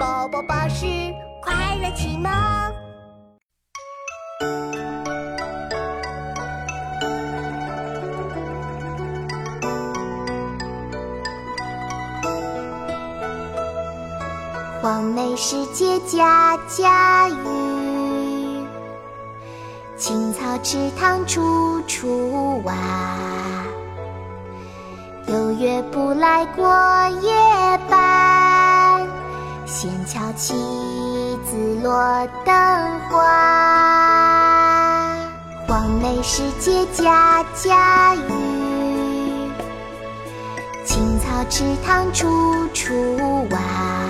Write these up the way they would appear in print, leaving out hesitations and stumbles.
宝宝巴士快乐启蒙。黄梅时节家家雨，青草池塘处处蛙。有月不来过夜半，闲敲棋子落灯花。黄梅时节家家雨，青草池塘处处蛙。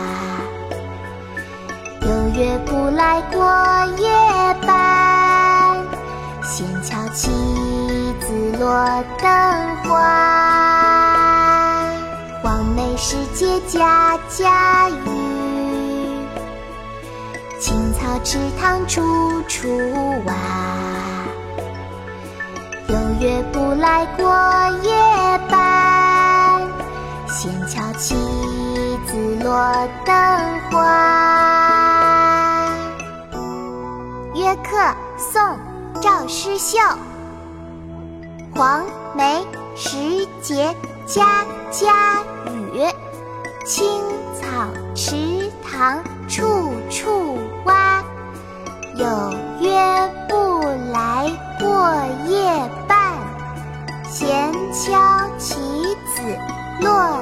有月不来过夜半，闲敲棋子落灯花。黄梅时节家家雨，青草池塘处处蛙。有月不来过夜半，闲敲棋子落灯花。约客宋·赵师秀。黄梅时节家家雨，青草池塘处处蛙。有月不来过夜半，闲敲棋子落